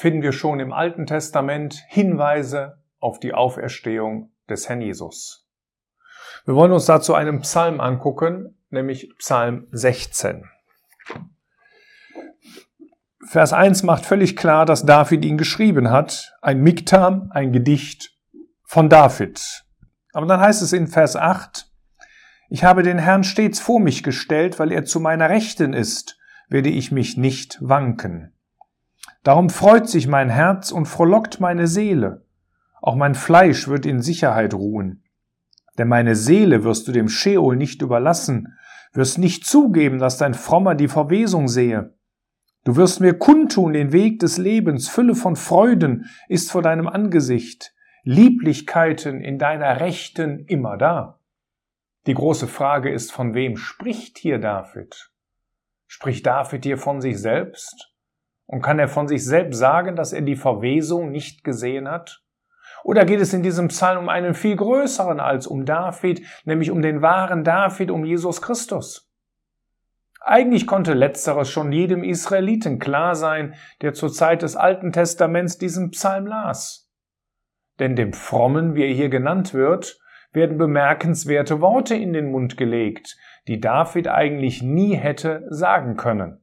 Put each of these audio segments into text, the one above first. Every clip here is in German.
finden wir schon im Alten Testament Hinweise auf die Auferstehung des Herrn Jesus. Wir wollen uns dazu einen Psalm angucken, nämlich Psalm 16. Vers 1 macht völlig klar, dass David ihn geschrieben hat. Ein Miktam, ein Gedicht von David. Aber dann heißt es in Vers 8, ich habe den Herrn stets vor mich gestellt, weil er zu meiner Rechten ist, werde ich mich nicht wanken. Darum freut sich mein Herz und frohlockt meine Seele. Auch mein Fleisch wird in Sicherheit ruhen. Denn meine Seele wirst du dem Scheol nicht überlassen, wirst nicht zugeben, dass dein Frommer die Verwesung sehe. Du wirst mir kundtun den Weg des Lebens, Fülle von Freuden ist vor deinem Angesicht, Lieblichkeiten in deiner Rechten immer da. Die große Frage ist, von wem spricht hier David? Spricht David hier von sich selbst? Und kann er von sich selbst sagen, dass er die Verwesung nicht gesehen hat? Oder geht es in diesem Psalm um einen viel größeren als um David, nämlich um den wahren David, um Jesus Christus? Eigentlich konnte Letzteres schon jedem Israeliten klar sein, der zur Zeit des Alten Testaments diesen Psalm las. Denn dem Frommen, wie er hier genannt wird, werden bemerkenswerte Worte in den Mund gelegt, die David eigentlich nie hätte sagen können.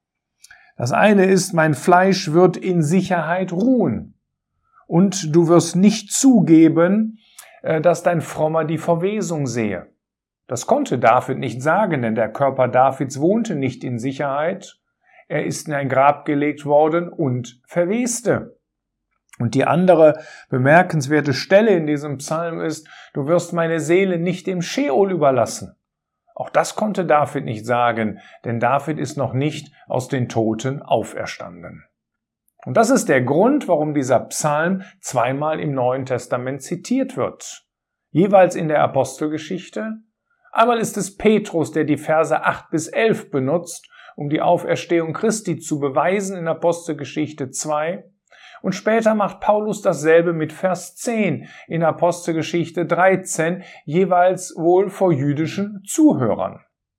Das eine ist, mein Fleisch wird in Sicherheit ruhen. Und du wirst nicht zugeben, dass dein Frommer die Verwesung sehe. Das konnte David nicht sagen, denn der Körper Davids wohnte nicht in Sicherheit. Er ist in ein Grab gelegt worden und verweste. Und die andere bemerkenswerte Stelle in diesem Psalm ist, du wirst meine Seele nicht dem Scheol überlassen. Auch das konnte David nicht sagen, denn David ist noch nicht aus den Toten auferstanden. Und das ist der Grund, warum dieser Psalm zweimal im Neuen Testament zitiert wird. Jeweils in der Apostelgeschichte. Einmal ist es Petrus, der die Verse 8 bis 11 benutzt, um die Auferstehung Christi zu beweisen in Apostelgeschichte 2. Und später macht Paulus dasselbe mit Vers 10 in Apostelgeschichte 13, jeweils wohl vor jüdischen Zuhörern.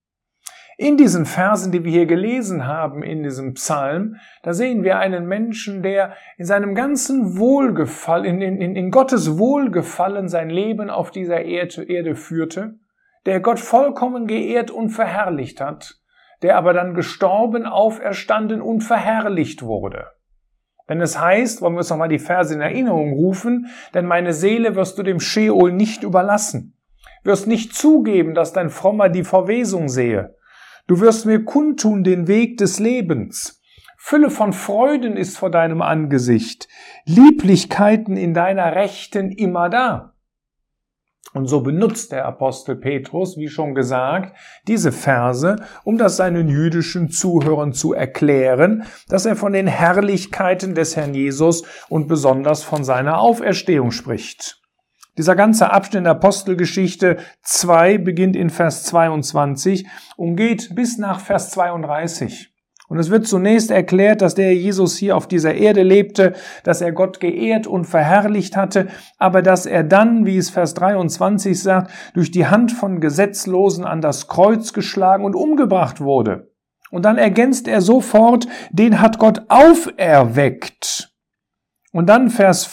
In diesen Versen, die wir hier gelesen haben, in diesem Psalm, da sehen wir einen Menschen, der in seinem ganzen Wohlgefallen, in Gottes Wohlgefallen sein Leben auf dieser Erde führte, der Gott vollkommen geehrt und verherrlicht hat, der aber dann gestorben, auferstanden und verherrlicht wurde. Denn es heißt, wollen wir uns nochmal die Verse in Erinnerung rufen, denn meine Seele wirst du dem Scheol nicht überlassen, wirst nicht zugeben, dass dein Frommer die Verwesung sehe. Du wirst mir kundtun den Weg des Lebens. Fülle von Freuden ist vor deinem Angesicht, Lieblichkeiten in deiner Rechten immer da. Und so benutzt der Apostel Petrus, wie schon gesagt, diese Verse, um das seinen jüdischen Zuhörern zu erklären, dass er von den Herrlichkeiten des Herrn Jesus und besonders von seiner Auferstehung spricht. Dieser ganze Abschnitt in der Apostelgeschichte 2 beginnt in Vers 22 und geht bis nach Vers 32. Und es wird zunächst erklärt, dass der Jesus hier auf dieser Erde lebte, dass er Gott geehrt und verherrlicht hatte, aber dass er dann, wie es Vers 23 sagt, durch die Hand von Gesetzlosen an das Kreuz geschlagen und umgebracht wurde. Und dann ergänzt er sofort, den hat Gott auferweckt. Und dann Vers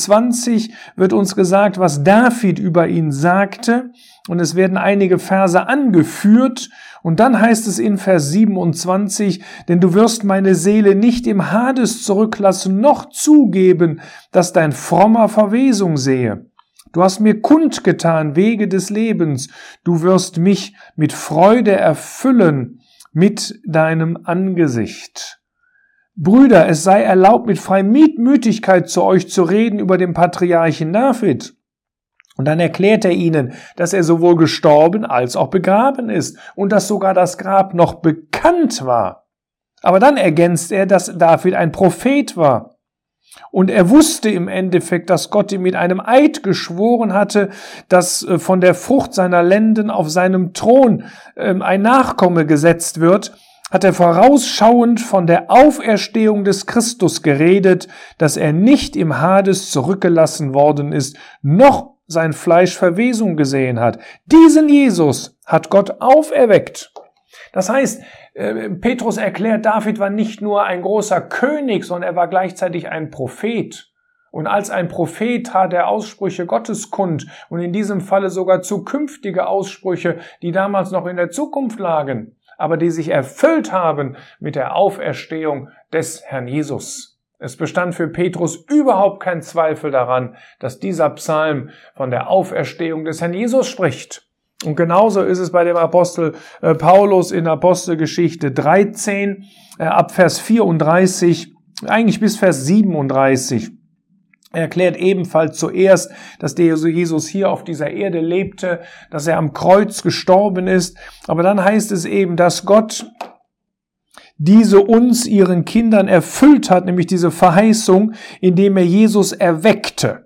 25 wird uns gesagt, was David über ihn sagte. Und es werden einige Verse angeführt. Und dann heißt es in Vers 27, denn du wirst meine Seele nicht im Hades zurücklassen, noch zugeben, dass dein Frommer Verwesung sehe. Du hast mir kundgetan Wege des Lebens. Du wirst mich mit Freude erfüllen mit deinem Angesicht. Brüder, es sei erlaubt, mit Freimütigkeit zu euch zu reden über den Patriarchen David. Und dann erklärt er ihnen, dass er sowohl gestorben als auch begraben ist und dass sogar das Grab noch bekannt war. Aber dann ergänzt er, dass David ein Prophet war. Und er wusste im Endeffekt, dass Gott ihm mit einem Eid geschworen hatte, dass von der Frucht seiner Lenden auf seinem Thron ein Nachkomme gesetzt wird, hat er vorausschauend von der Auferstehung des Christus geredet, dass er nicht im Hades zurückgelassen worden ist, noch sein Fleisch Verwesung gesehen hat. Diesen Jesus hat Gott auferweckt. Das heißt, Petrus erklärt, David war nicht nur ein großer König, sondern er war gleichzeitig ein Prophet. Und als ein Prophet tat er Aussprüche Gottes kund und in diesem Falle sogar zukünftige Aussprüche, die damals noch in der Zukunft lagen, aber die sich erfüllt haben mit der Auferstehung des Herrn Jesus. Es bestand für Petrus überhaupt kein Zweifel daran, dass dieser Psalm von der Auferstehung des Herrn Jesus spricht. Und genauso ist es bei dem Apostel Paulus in Apostelgeschichte 13, ab Vers 34, eigentlich bis Vers 37. Er erklärt ebenfalls zuerst, dass der Jesus hier auf dieser Erde lebte, dass er am Kreuz gestorben ist. Aber dann heißt es eben, dass Gott diese uns, ihren Kindern, erfüllt hat, nämlich diese Verheißung, indem er Jesus erweckte.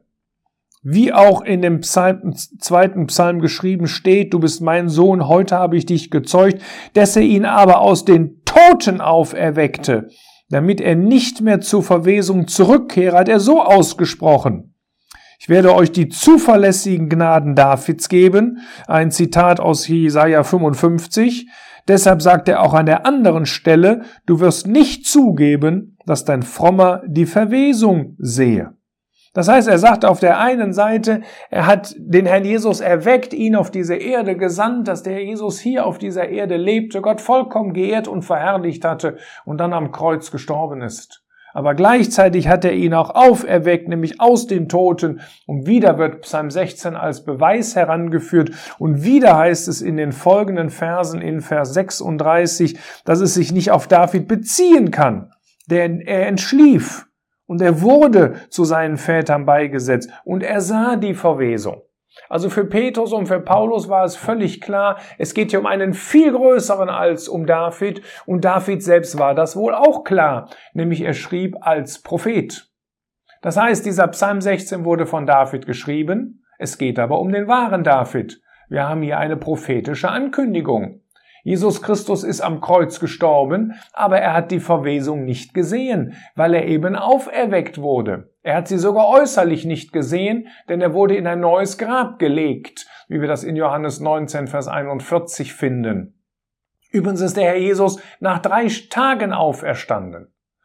Wie auch in dem zweiten Psalm geschrieben steht, du bist mein Sohn, heute habe ich dich gezeugt, dass er ihn aber aus den Toten auferweckte, damit er nicht mehr zur Verwesung zurückkehre, hat er so ausgesprochen. Ich werde euch die zuverlässigen Gnaden Davids geben, ein Zitat aus Jesaja 55. Deshalb sagt er auch an der anderen Stelle, du wirst nicht zugeben, dass dein Frommer die Verwesung sehe. Das heißt, er sagt auf der einen Seite, er hat den Herrn Jesus erweckt, ihn auf diese Erde gesandt, dass der Jesus hier auf dieser Erde lebte, Gott vollkommen geehrt und verherrlicht hatte und dann am Kreuz gestorben ist. Aber gleichzeitig hat er ihn auch auferweckt, nämlich aus den Toten. Und wieder wird Psalm 16 als Beweis herangeführt. Und wieder heißt es in den folgenden Versen, in Vers 36, dass es sich nicht auf David beziehen kann, denn er entschlief. Und er wurde zu seinen Vätern beigesetzt und er sah die Verwesung. Also für Petrus und für Paulus war es völlig klar, es geht hier um einen viel größeren als um David und David selbst war das wohl auch klar, nämlich er schrieb als Prophet. Das heißt, dieser Psalm 16 wurde von David geschrieben, es geht aber um den wahren David. Wir haben hier eine prophetische Ankündigung. Jesus Christus ist am Kreuz gestorben, aber er hat die Verwesung nicht gesehen, weil er eben auferweckt wurde. Er hat sie sogar äußerlich nicht gesehen, denn er wurde in ein neues Grab gelegt, wie wir das in Johannes 19, Vers 41 finden. Übrigens ist der Herr Jesus nach 3 Tagen auferstanden.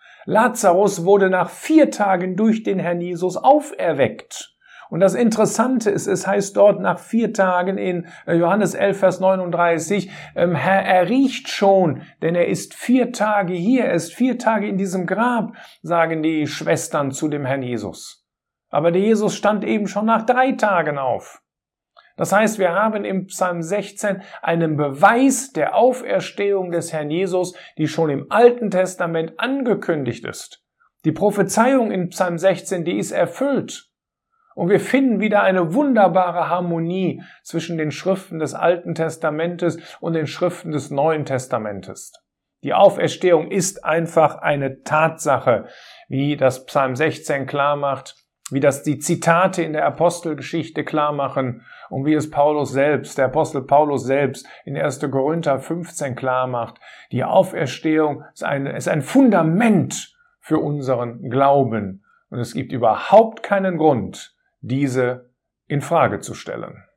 Lazarus wurde nach 4 Tagen durch den Herrn Jesus auferweckt. Und das Interessante ist, es heißt dort nach 4 Tagen in Johannes 11, Vers 39, Herr, er riecht schon, denn er ist 4 Tage hier, er ist 4 Tage in diesem Grab, sagen die Schwestern zu dem Herrn Jesus. Aber der Jesus stand eben schon nach 3 Tagen auf. Das heißt, wir haben im Psalm 16 einen Beweis der Auferstehung des Herrn Jesus, die schon im Alten Testament angekündigt ist. Die Prophezeiung in Psalm 16, die ist erfüllt. Und wir finden wieder eine wunderbare Harmonie zwischen den Schriften des Alten Testamentes und den Schriften des Neuen Testamentes. Die Auferstehung ist einfach eine Tatsache, wie das Psalm 16 klar macht, wie das die Zitate in der Apostelgeschichte klar machen und wie es Paulus selbst, der Apostel Paulus selbst in 1. Korinther 15 klar macht. Die Auferstehung ist ein Fundament für unseren Glauben und es gibt überhaupt keinen Grund, diese in Frage zu stellen.